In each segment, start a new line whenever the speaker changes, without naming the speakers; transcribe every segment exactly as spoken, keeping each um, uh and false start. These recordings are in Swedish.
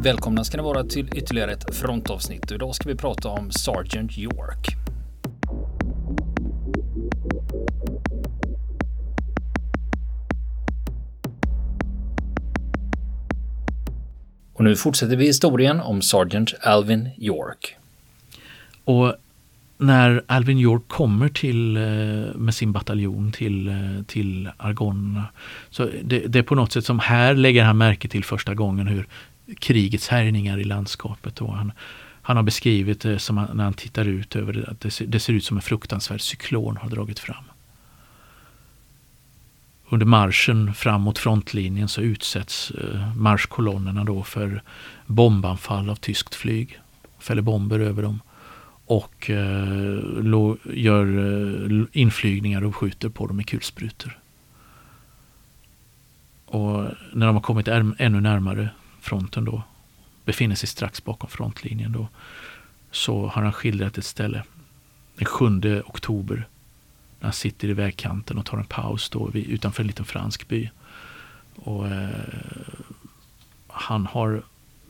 Välkomna ska ni vara till ytterligare ett frontavsnitt. Idag ska vi prata om Sergeant York. Och nu fortsätter vi historien om Sergeant Alvin York.
Och när Alvin York kommer till, med sin bataljon till, till Argonnerna, så det, det är på något sätt som här lägger han märke till första gången hur krigets härjningar i landskapet. Och han, han har beskrivit det som han, när han tittar ut över det, att det ser, det ser ut som en fruktansvärd cyklon har dragit fram. Under marschen fram mot frontlinjen så utsätts eh, marschkolonnerna då för bombanfall av tyskt flyg. Fäller bomber över dem och eh, lo, gör eh, inflygningar och skjuter på dem med kulsprutor. Och när de har kommit är, ännu närmare fronten då, befinner sig strax bakom frontlinjen då, så har han skildrat ett ställe den sjunde oktober när han sitter i vägkanten och tar en paus då vid, utanför en liten fransk by. Och eh, han har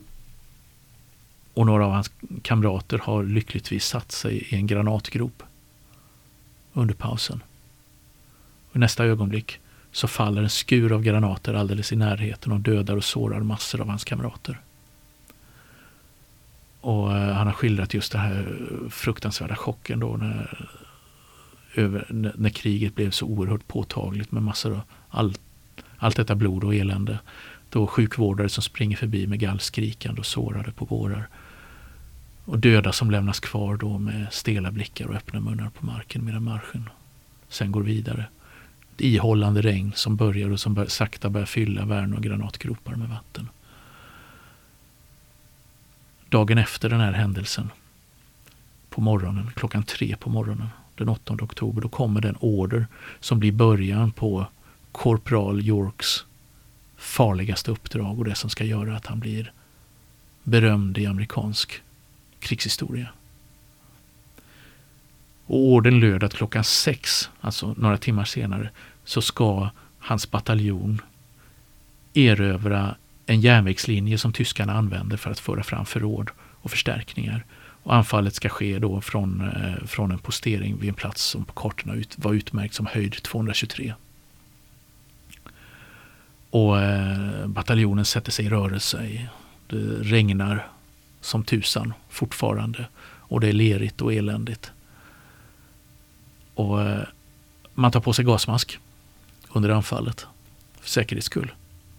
och några av hans kamrater har lyckligtvis satt sig i en granatgrop under pausen. Och i nästa ögonblick så faller en skur av granater alldeles i närheten och dödar och sårar massor av hans kamrater. Och eh, han har skildrat just den här fruktansvärda chocken då när, över, när, när kriget blev så oerhört påtagligt med massor av all, allt detta blod och elände. Då sjukvårdare som springer förbi med gallskrikande och sårade på bårar. Och döda som lämnas kvar då med stela blickar och öppna munnar på marken medan marschen sen går vidare. Ett ihållande regn som börjar och som bör, sakta börjar fylla värn och granatgropar med vatten. Dagen efter den här händelsen, på morgonen, klockan tre på morgonen, den åttonde oktober, då kommer den order som blir början på korpral Yorks farligaste uppdrag och det som ska göra att han blir berömd i amerikansk krigshistoria. Och orden löd att klockan sex, alltså några timmar senare, så ska hans bataljon erövra en järnvägslinje som tyskarna använder för att föra fram förråd och förstärkningar. Och anfallet ska ske då från, eh, från en postering vid en plats som på kartorna ut, var utmärkt som höjd tvåhundratjugotre. Och eh, bataljonen sätter sig i rörelse. Det regnar som tusan fortfarande och det är lerigt och eländigt. Och eh, man tar på sig gasmask under anfallet för säkerhets skull.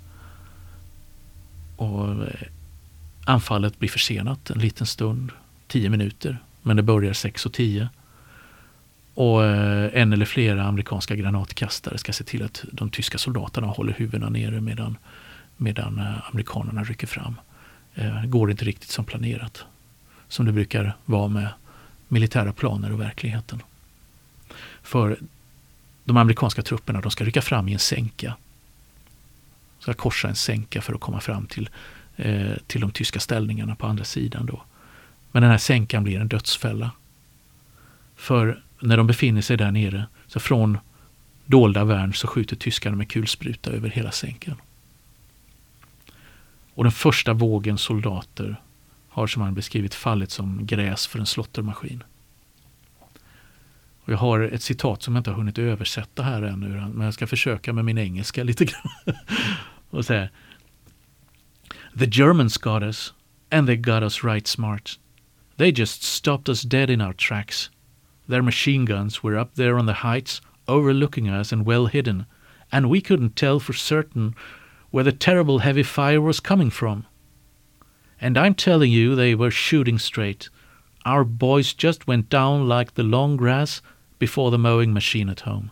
Och eh, anfallet blir försenat en liten stund, tio minuter, men det börjar sex och tio. Och eh, en eller flera amerikanska granatkastare ska se till att de tyska soldaterna håller huvudena nere medan, medan eh, amerikanerna rycker fram. Eh, går inte riktigt som planerat. Som det brukar vara med militära planer och verkligheten. För de amerikanska trupperna, de ska rycka fram i en sänka. De ska korsa en sänka för att komma fram till, eh, till de tyska ställningarna på andra sidan då. Men den här sänkan blir en dödsfälla. För när de befinner sig där nere, så från dolda värn så skjuter tyskarna med kulspruta över hela sänken. Och den första vågen soldater har, som han beskrivit, fallit som gräs för en slottermaskin. Och jag har ett citat som jag inte har hunnit översätta här ännu, men jag ska försöka med min engelska lite grann. Och säga: The Germans got us, and they got us right smart. They just stopped us dead in our tracks. Their machine guns were up there on the heights, overlooking us and well hidden, and we couldn't tell for certain where the terrible heavy fire was coming from. And I'm telling you, they were shooting straight. Our boys just went down like the long grass before the mowing machine at home.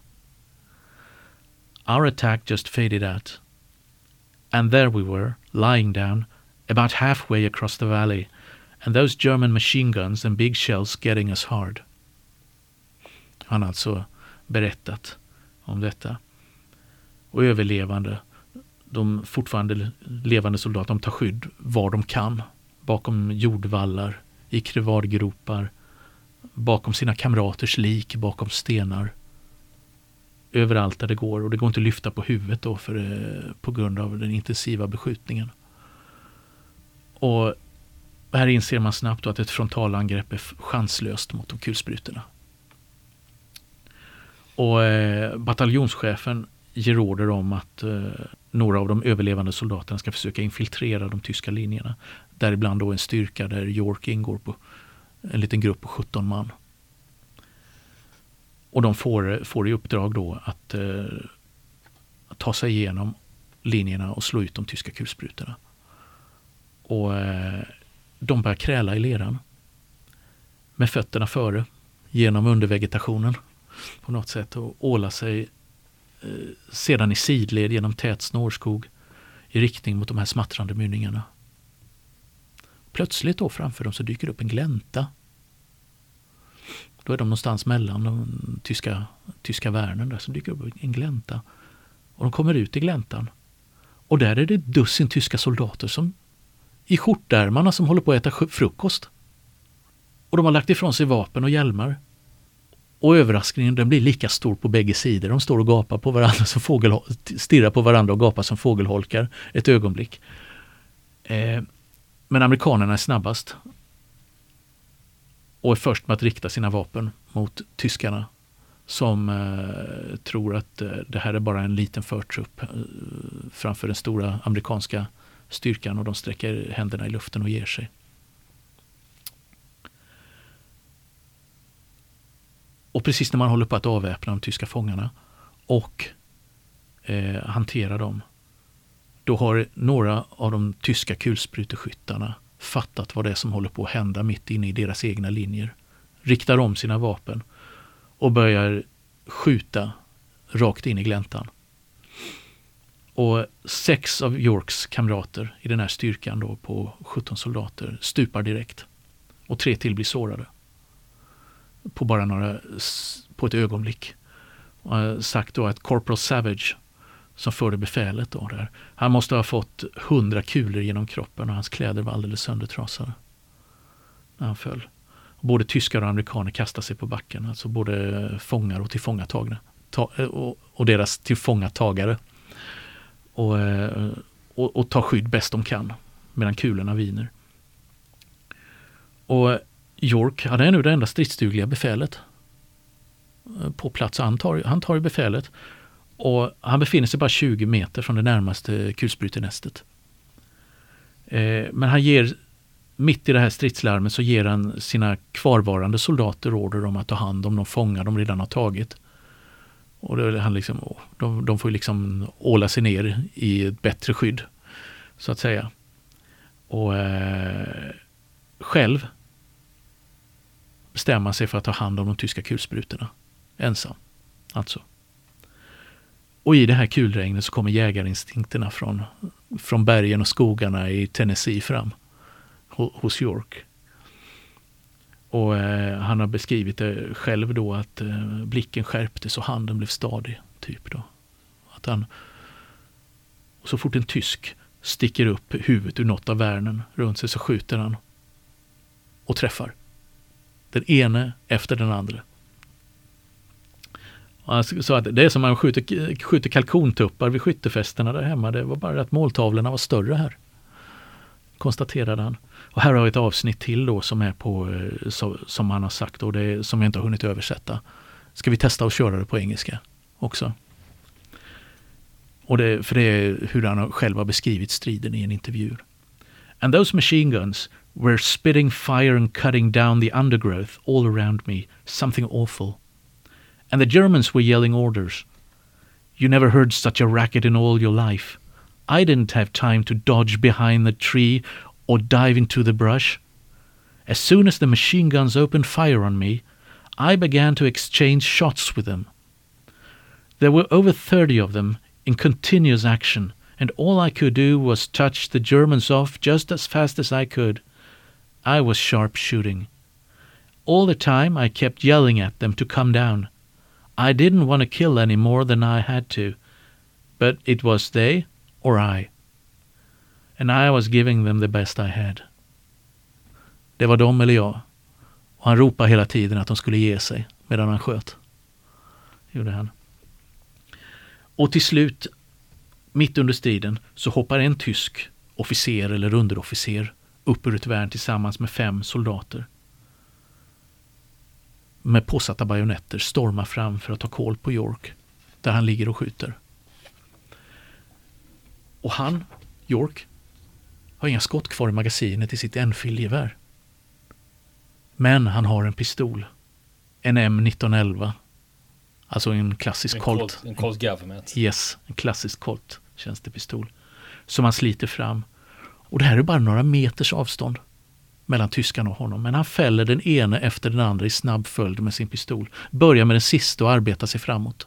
Our attack just faded out. And there we were, lying down, about halfway across the valley, and those German machine guns and big shells getting us hard. Han har alltså berättat om detta. Och överlevande, de fortfarande levande soldater, de tar skydd var de kan. Bakom jordvallar, i krevardgropar, bakom sina kamraters lik, bakom stenar. Överallt där det går. Och det går inte att lyfta på huvudet då för, på grund av den intensiva beskjutningen. Och här inser man snabbt att ett frontalangrepp är chanslöst mot de kulsprutorna. Och eh, bataljonschefen ger order om att eh, några av de överlevande soldaterna ska försöka infiltrera de tyska linjerna. Däribland då en styrka där York ingår på en liten grupp på sjutton man. Och de får, får i uppdrag då att, eh, att ta sig igenom linjerna och slå ut de tyska kulsprutorna. Och eh, de börjar kräla i leran med fötterna före genom undervegetationen på något sätt och åla sig eh, sedan i sidled genom tät snårskog i riktning mot de här smattrande mynningarna. Plötsligt då framför dem så dyker upp en glänta. Då är de någonstans mellan de tyska, tyska värnen där, så dyker upp en glänta. Och de kommer ut i gläntan. Och där är det dussin tyska soldater som i skjortärmarna som håller på att äta frukost. Och de har lagt ifrån sig vapen och hjälmar. Och överraskningen den blir lika stor på bägge sidor. De står och gapar på varandra som fågel, stirrar på varandra och gapar som fågelholkar ett ögonblick. Eh, men amerikanerna är snabbast. Och är först med att rikta sina vapen mot tyskarna som eh, tror att eh, det här är bara en liten förtrupp eh, framför den stora amerikanska styrkan, och de sträcker händerna i luften och ger sig. Och precis när man håller på att avväpna de tyska fångarna och eh, hantera dem, då har några av de tyska kulspruteskyttarna fattat vad det är som håller på att hända mitt inne i deras egna linjer. Riktar om sina vapen och börjar skjuta rakt in i gläntan. Och sex av Yorks kamrater i den här styrkan då på sjutton soldater stupar direkt. Och tre till blir sårade. På bara några, på ett ögonblick. Och jag har sagt då att Corporal Savage som förde befälet då där, han måste ha fått hundra kulor genom kroppen och hans kläder var alldeles söndertrasade när han föll. Och både tyskar och amerikaner kastade sig på backen, alltså både fångar och tillfångatagna ta, och, och deras tillfångatagare och, och, och ta skydd bäst de kan medan kulorna viner. Och York hade ännu det enda stridsdugliga befälet på plats. Han tar, han tar i befälet och han befinner sig bara tjugo meter från det närmaste kulsprutenästet. Eh, men han ger, mitt i det här stridslarmet så ger han sina kvarvarande soldater order om att ta hand om de fångar de redan har tagit. Och då, han liksom, de, de får liksom åla sig ner i ett bättre skydd, så att säga. Och eh, själv bestämma sig för att ta hand om de tyska kulsprutorna. Ensam. Alltså. Och i det här kulregnet så kommer jägarinstinkterna från, från bergen och skogarna i Tennessee fram hos York. Och eh, han har beskrivit det själv då att eh, blicken skärptes och handen blev stadig. Typ då. Att han, och så fort en tysk sticker upp huvudet ur något av värnen runt sig så skjuter han och träffar. Den ene efter den andra. Så att det är som man skjuter, skjuter kalkontuppar vid skyttefästena där hemma. Det var bara att måltavlorna var större här, konstaterade han. Och här har vi ett avsnitt till då som är på, så, som han har sagt och det som jag inte har hunnit översätta. Ska vi testa att köra det på engelska också? Och det, för det är hur han själv har beskrivit striden i en intervju. And those machine guns were spitting fire and cutting down the undergrowth all around me, something awful. And the Germans were yelling orders. You never heard such a racket in all your life. I didn't have time to dodge behind the tree or dive into the brush. As soon as the machine guns opened fire on me, I began to exchange shots with them. There were over thirty of them in continuous action, and all I could do was touch the Germans off just as fast as I could. I was sharp shooting. All the time I kept yelling at them to come down. I didn't want to kill any more than I had to, but it was they or I. And I was giving them the best I had. Det var de eller jag. Och han ropade hela tiden att de skulle ge sig medan han sköt. Gjorde han. Och till slut, mitt under striden, så hoppar en tysk officer eller underofficer upp ur ett värn tillsammans med fem soldater med påsatta bajonetter stormar fram för att ta koll på York där han ligger och skjuter. Och han, York, har inga skott kvar i magasinet i sitt Enfield-gevär. Men han har en pistol. En M nitton elva. Alltså en klassisk
en
Colt.
Colt. En Colt Government.
Yes, en klassisk Colt tjänstepistol. Som han sliter fram. Och det här är bara några meters avstånd mellan tyskarna och honom. Men han fäller den ene efter den andra i snabb följd med sin pistol. Börjar med den sista och arbetar sig framåt.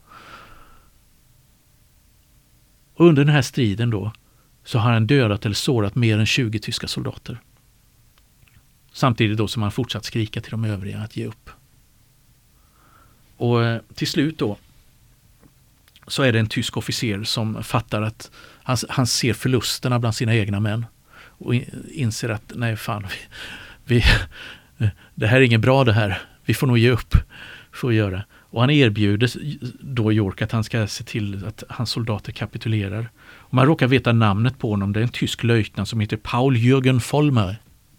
Och under den här striden då så har han dödat eller sårat mer än tjugo tyska soldater. Samtidigt då som han fortsatt skrika till de övriga att ge upp. Och eh, till slut då så är det en tysk officer som fattar att han, han ser förlusterna bland sina egna män och inser att nej fan, vi, vi, det här är inget bra det här. Vi får nog ge upp för att göra. Och han erbjuder då York att han ska se till att hans soldater kapitulerar. Och man råkar veta namnet på honom. Det är en tysk löjtnant som heter Paul Jürgen Vollmer.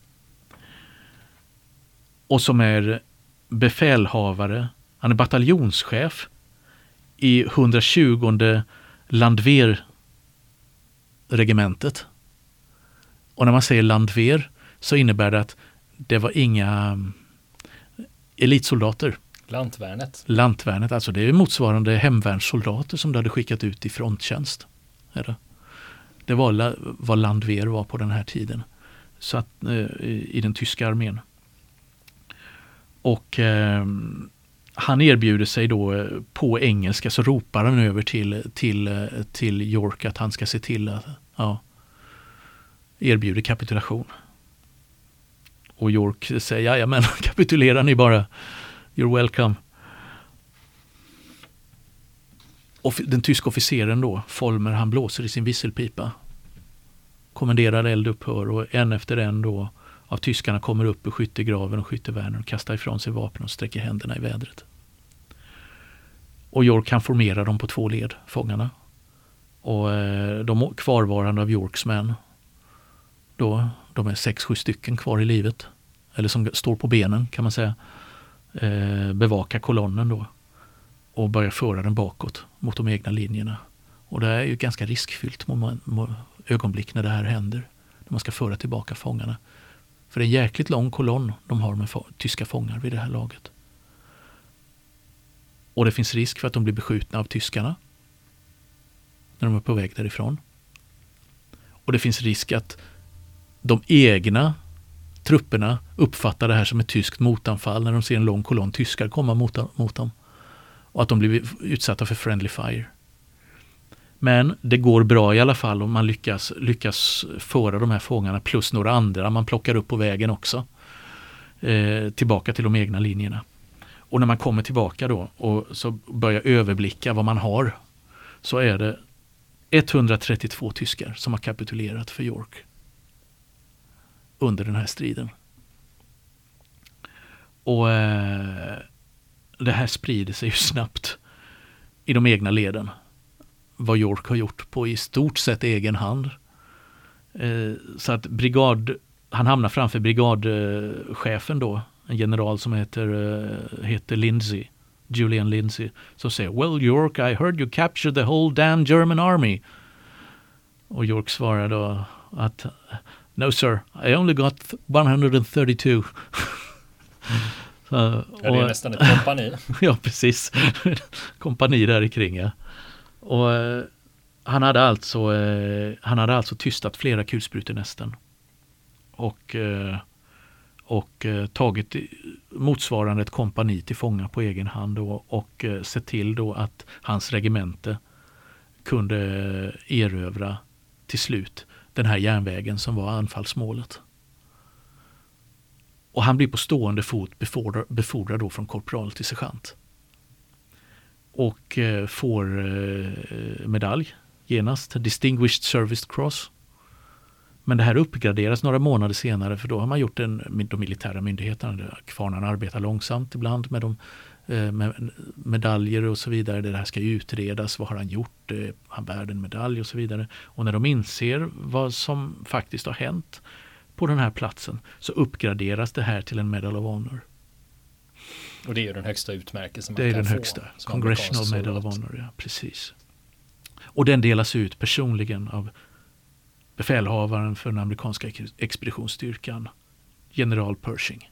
Och som är befälhavare. Han är bataljonschef i hundratjugonde Landwehr-regementet. Och när man säger Landwehr så innebär det att det var inga elitsoldater.
Lantvärnet.
Lantvärnet, alltså det är motsvarande hemvärnssoldater som du hade skickat ut i fronttjänst. Är det? Det var vad Landwehr var på den här tiden. Så att, eh, i den tyska armén. Och eh, han erbjuder sig då på engelska, så ropar han över till, till, till York att han ska se till att ja, erbjuder kapitulation. Och York säger, ja men kapitulerar ni bara. You're welcome. Och den tyska officeren då, Vollmer, han blåser i sin visselpipa. Kommenderar eldupphör och en efter en då av tyskarna kommer upp ur skyttegraven och skyttevärnen och kastar ifrån sig vapen och sträcker händerna i vädret. Och York kan formera dem på två led, fångarna. Och eh, de kvarvarande av Yorks män, då, de är sex, sju stycken kvar i livet. Eller som står på benen kan man säga. Eh, bevaka kolonnen då. Och börja föra den bakåt mot de egna linjerna. Och det är ju ganska riskfyllt moment, ögonblick när det här händer. När man ska föra tillbaka fångarna. För det är en jäkligt lång kolonn de har med få- tyska fångar vid det här laget. Och det finns risk för att de blir beskjutna av tyskarna. När de är på väg därifrån. Och det finns risk att de egna trupperna uppfattar det här som ett tyskt motanfall när de ser en lång kolonn tyskar komma mot, mot dem. Och att de blir utsatta för friendly fire. Men det går bra i alla fall om man lyckas, lyckas föra de här fångarna plus några andra man plockar upp på vägen också. Eh, tillbaka till de egna linjerna. Och när man kommer tillbaka då och så börjar överblicka vad man har, så är det etthundratrettiotvå tyskar som har kapitulerat för York under den här striden. Och eh, det här sprider sig ju snabbt i de egna leden. Vad York har gjort på i stort sett egen hand. Eh, så att brigad, han hamnar framför brigadchefen då, en general som heter, uh, heter Lindsay, Julian Lindsay, som säger, well York, I heard you captured the whole damn German army. Och York svarar då att no sir, I only got etthundratrettiotvå. Så,
ja, det är nästan ett kompani.
Ja, precis. Kompani där i kring, ja. Och uh, han hade alltså uh, han hade alltså tystat flera kulsprutenästen. Och uh, och eh, tagit motsvarande ett kompani till fånga på egen hand då, och eh, sett till då att hans regemente kunde erövra till slut den här järnvägen som var anfallsmålet. Och han blir på stående fot befordrad, befordrad då från korpral till sergeant. Och eh, får eh, medalj genast, Distinguished Service Cross. Men det här uppgraderas några månader senare, för då har man gjort en, de militära myndigheterna, kvarnarna arbetar långsamt ibland med, de, med medaljer och så vidare. Det här ska ju utredas, vad har han gjort, han bär en medalj och så vidare. Och när de inser vad som faktiskt har hänt, på den här platsen så uppgraderas det här till en Medal of Honor.
Och det är ju den högsta utmärkelsen man
det är
kan
den
få.
högsta. Congressional Medal of Honor, ja, precis. Och den delas ut personligen av befälhavaren för den amerikanska expeditionsstyrkan, general Pershing.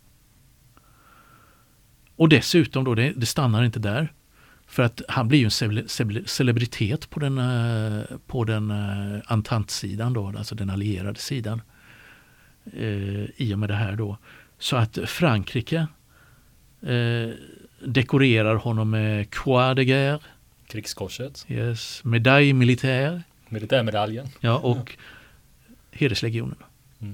Och dessutom då, det, det stannar inte där. För att han blir ju en ce- ce- celebritet på den, på den Entente-sidan då, alltså den allierade sidan. Eh, I och med det här då. Så att Frankrike eh, dekorerar honom med Croix de Guerre.
Krigskorset.
Yes, médaille militaire.
Militärmedaljen.
Ja, och hederslegionen.
Mm.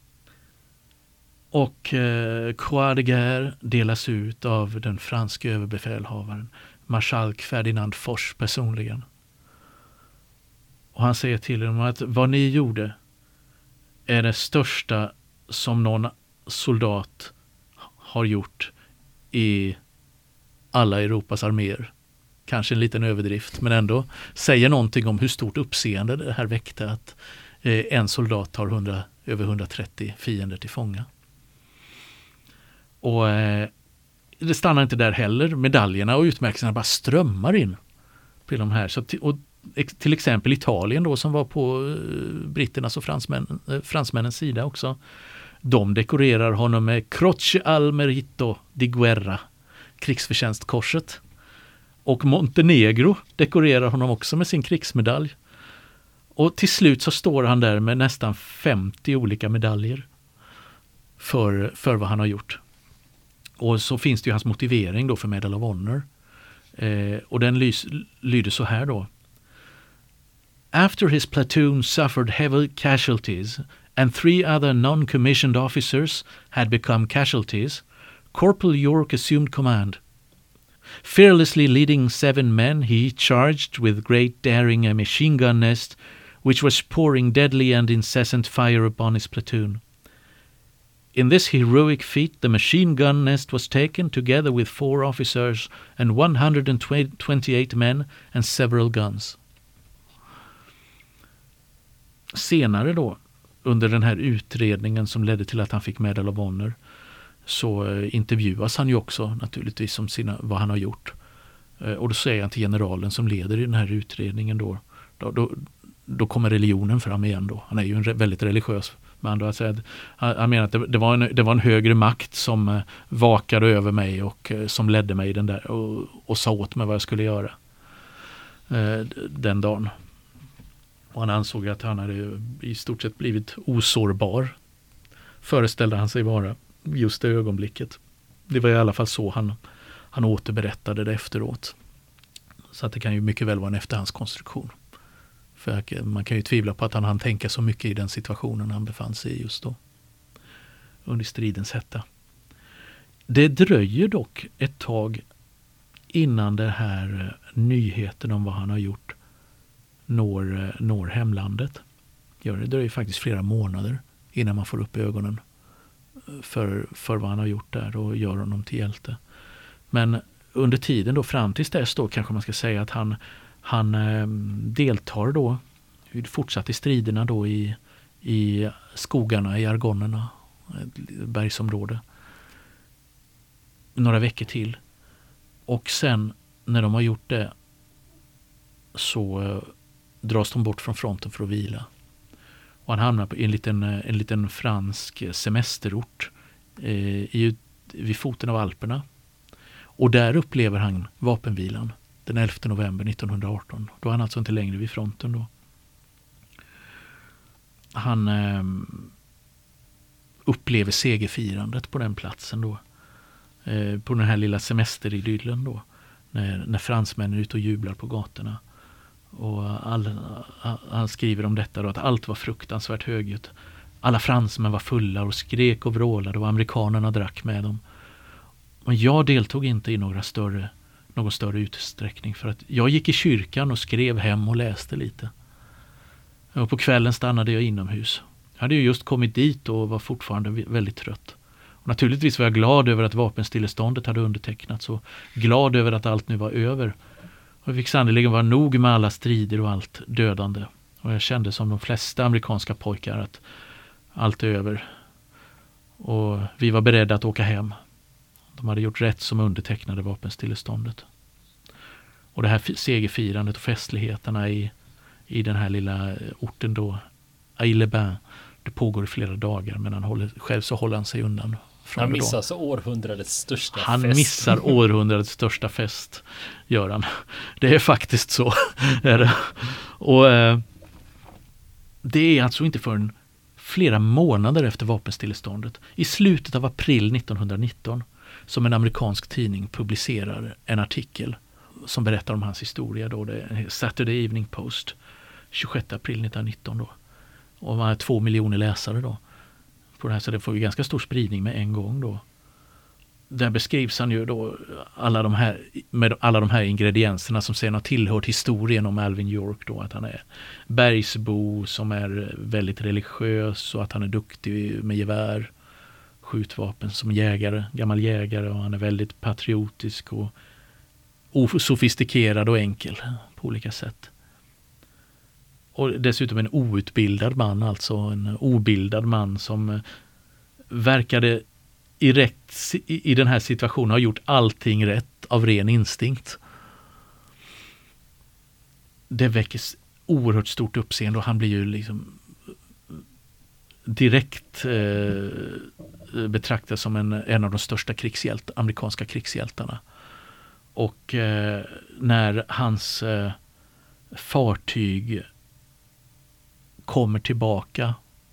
Och eh, Croix de Guerre delas ut av den franska överbefälhavaren marskalk Ferdinand Foch personligen. Och han säger till dem att vad ni gjorde är det största som någon soldat har gjort i alla Europas arméer. Kanske en liten överdrift, men ändå säger någonting om hur stort uppseende det här väckte att eh, en soldat tar hundra, över hundratrettio fiender till fånga. Och eh, det stannar inte där heller. Medaljerna och utmärkelserna bara strömmar in på de här. Så t- och till exempel Italien då, som var på eh, britternas och fransmän, eh, fransmännens sida också. De dekorerar honom med Croce al Merito di Guerra, krigsförtjänstkorset. Och Montenegro dekorerar honom också med sin krigsmedalj. Och till slut så står han där med nästan femtio olika medaljer för, för vad han har gjort. Och så finns det ju hans motivering då för Medal of Honor. Eh, och den lys, lyder så här då. After his platoon suffered heavy casualties and three other non-commissioned officers had become casualties, Corporal York assumed command. Fearlessly leading seven men, he charged with great daring a machine gun nest, which was pouring deadly and incessant fire upon his platoon. In this heroic feat, the machine gun nest was taken together with four officers and one hundred twenty-eight men and several guns. Senare då, under den här utredningen som ledde till att han fick Medal of Honor, så eh, intervjuas han ju också naturligtvis om sina, vad han har gjort. Eh, och då säger han till generalen som leder i den här utredningen då, då, då, då kommer religionen fram igen då. Han är ju en re, väldigt religiös man då. Alltså, han, han menar att det, det, var en, det var en högre makt som eh, vakade över mig och eh, som ledde mig den där och, och sa åt mig vad jag skulle göra eh, den dagen. Och han ansåg att han hade i stort sett blivit osårbar, föreställde han sig vara just det ögonblicket. Det var i alla fall så han, han återberättade det efteråt. Så att det kan ju mycket väl vara en efterhandskonstruktion. För man kan ju tvivla på att han hann tänka så mycket i den situationen han befann sig i just då. Under stridens hetta. Det dröjer dock ett tag innan det här nyheten om vad han har gjort når, når hemlandet. Ja, det dröjer faktiskt flera månader innan man får upp ögonen för, för vad han har gjort där och gör honom till hjälte. Men under tiden då fram tills dess då kanske man ska säga att han, han eh, deltar då, fortsatt i striderna då i, i skogarna, i Argonnerna, bergsområde, några veckor till. Och sen när de har gjort det så eh, dras de bort från fronten för att vila. Och han hamnar på en liten, en liten fransk semesterort eh, i, vid foten av Alperna. Och där upplever han vapenvilan den elfte november nittonhundraarton. Då är han alltså inte längre vid fronten då. Han eh, upplever segerfirandet på den platsen då. Eh, på den här lilla semesteridyllen då. När, när fransmännen är ute och jublar på gatorna. Och all, han skriver om detta då, att allt var fruktansvärt högljutt. Alla fransmän var fulla och skrek och vrålade och amerikanerna drack med dem. Men jag deltog inte i några större, någon större utsträckning för att jag gick i kyrkan och skrev hem och läste lite. Och på kvällen stannade jag inomhus. Jag hade ju just kommit dit och var fortfarande väldigt trött. Och naturligtvis var jag glad över att vapenstilleståndet hade undertecknats och glad över att allt nu var över. Och det fick sannoliken vara nog med alla strider och allt dödande. Och jag kände som de flesta amerikanska pojkar att allt är över. Och vi var beredda att åka hem. De hade gjort rätt som undertecknade vapenstilleståndet. Och det här segerfirandet och festligheterna i, i den här lilla orten då, Aix-les-Bains, det pågår i flera dagar, men han håller, själv så håller han sig undan. Från
han missar så århundradets största
han
fest.
Han missar århundradets största fest, gör han. Det är faktiskt så. Är det. Och eh, det är alltså inte förrän flera månader efter vapenstilleståndet, i slutet av april nittonhundranitton, som en amerikansk tidning publicerar en artikel som berättar om hans historia. Då, det är Saturday Evening Post, tjugosjätte april nittonhundranitton. Då. Och man har två miljoner läsare då. På det här, så det får ju ganska stor spridning med en gång då. Där beskrivs han ju då alla de här, med alla de här ingredienserna som sedan har tillhört historien om Alvin York då, att han är bergsbo som är väldigt religiös och att han är duktig med gevär, skjutvapen som jägare, gammal jägare, och han är väldigt patriotisk och osofistikerad och enkel på olika sätt. Och dessutom en outbildad man, alltså en obildad man som verkade i, rätt, i den här situationen ha gjort allting rätt av ren instinkt. Det väcker oerhört stort uppseende och han blir ju liksom direkt eh, betraktad som en, en av de största krigshjält, amerikanska krigshjältarna. Och eh, när hans eh, fartyg kommer tillbaka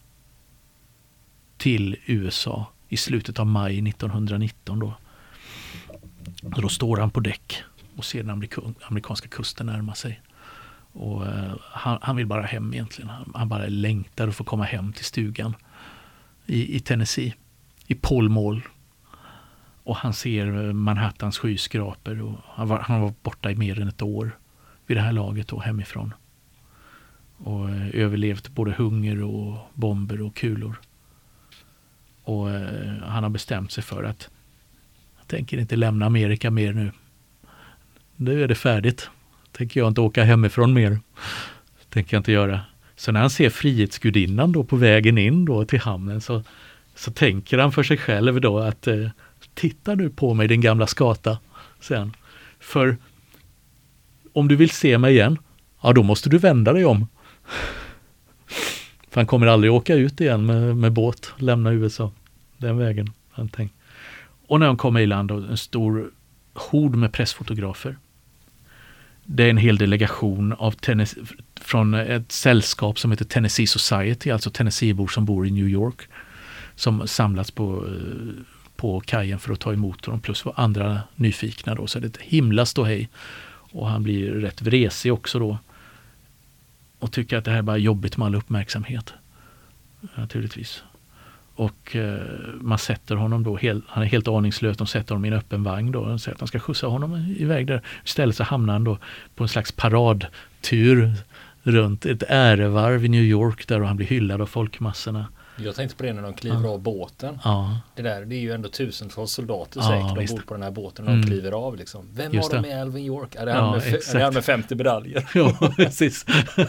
till U S A i slutet av maj nittonhundranitton då. Då står han på däck och ser den amerik- amerikanska kusten närma sig. Och uh, han, han vill bara hem egentligen. Han, han bara längtar att få komma hem till stugan i, i Tennessee, i Pall Mall. Och han ser Manhattans skyskrapor och han var, han var borta i mer än ett år vid det här laget då, hemifrån. Och uh, överlevt både hunger och bomber och kulor. Och uh, han har bestämt sig för att jag tänker inte lämna Amerika mer nu. Nu är det färdigt. Tänker jag inte åka hemifrån mer. Tänker jag inte göra. Så när han ser Frihetsgudinnan då på vägen in då till hamnen så, så tänker han för sig själv då att uh, titta nu på mig din gamla skata sen. För om du vill se mig igen, ja då måste du vända dig om. För han kommer aldrig åka ut igen med, med båt, lämna U S A den vägen. Han tänkt. Och när han kommer i land, en stor hord med pressfotografer. Det är en hel delegation av Tennessee, från ett sällskap som heter Tennessee Society, alltså Tennesseebor som bor i New York, som samlats på, på kajen för att ta emot dem, plus andra nyfikna då. Så det är ett himla ståhej. Och han blir rätt vresig också då. Och tycker att det här är bara jobbigt med all uppmärksamhet. Naturligtvis. Och eh, man sätter honom då, helt, han är helt aningslös, de sätter honom i en öppen vagn då. Och säger att de ska skjutsa honom iväg där. Istället så hamnar han då på en slags paradtur runt ett ärevarv i New York där han blir hyllad av folkmassorna.
Jag tänkte på det när de kliver ja. av båten.
Ja.
Det där, det är ju ändå tusentals soldater
ja,
säkert. De
visst.
bor på den här båten när de mm. kliver av. Liksom. Vem
Just
har de
det.
med Alvin York? Är det,
ja,
han, med, är det han med femtio medaljer?
Ja, precis.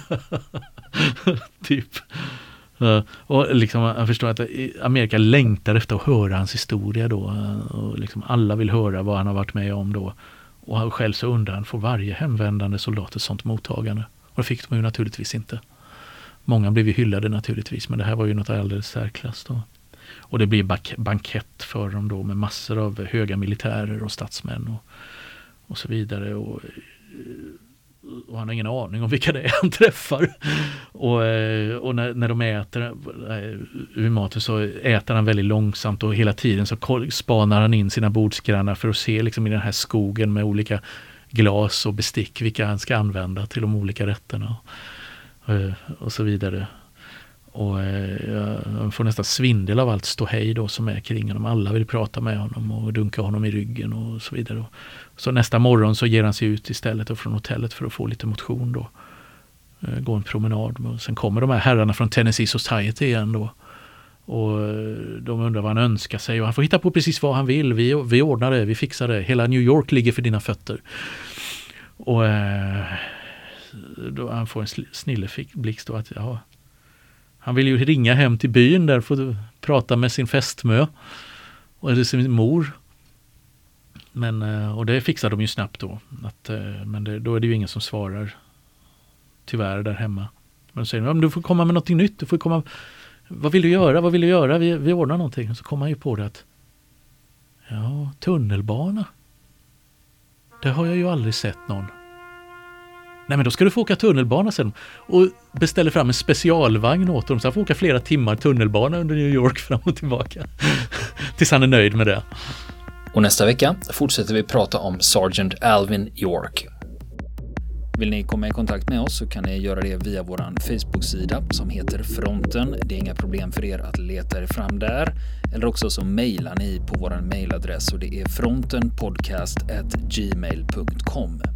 Typ. Uh, och liksom, jag förstår att Amerika längtar efter att höra hans historia då. Och liksom alla vill höra vad han har varit med om då. Och han själv så undan får varje hemvändande soldat ett sånt mottagande. Och det fick de ju naturligtvis inte. Många blev ju hyllade naturligtvis, men det här var ju något alldeles särklass då. Och det blir bank- bankett för dem då med massor av höga militärer och statsmän och, och så vidare. Och, och han har ingen aning om vilka det är han träffar. Och, och när, när de äter ur maten så äter han väldigt långsamt och hela tiden så spanar han in sina bordsgrannar för att se liksom i den här skogen med olika glas och bestick vilka han ska använda till de olika rätterna. Och så vidare. Och eh, jag får nästan svindel av allt ståhej då som är kring honom. Alla vill prata med honom och dunka honom i ryggen och så vidare. Så nästa morgon så ger han sig ut istället och från hotellet för att få lite motion då. Eh, gå en promenad. Och sen kommer de här herrarna från Tennessee Society igen då. Och de undrar vad han önskar sig. Och han får hitta på precis vad han vill. Vi, vi ordnar det, vi fixar det. Hela New York ligger för dina fötter. Och... Eh, då han får en snilleblixt då att ja, Han vill ju ringa hem till byn där för att prata med sin fästmö eller sin mor. Men, och det fixar de ju snabbt då. Att, men det, då är det ju ingen som svarar. Tyvärr där hemma. Men då säger de, du får komma med något nytt. Du får komma, vad vill du göra? Vad vill du göra? Vi, vi ordnar någonting. Och så kommer han ju på det att ja, tunnelbana. Det har jag ju aldrig sett någon. Nej, men då ska du få åka tunnelbana sen. Och beställer fram en specialvagn åt dem. Så han får åka flera timmar tunnelbana under New York fram och tillbaka. Tills han är nöjd med det.
Och nästa vecka fortsätter vi prata om Sergeant Alvin York. Vill ni komma i kontakt med oss så kan ni göra det via vår Facebook-sida som heter Fronten. Det är inga problem för er att leta er fram där. Eller också så mejlar ni på vår mejladress och det är frontenpodcast at gmail punkt com.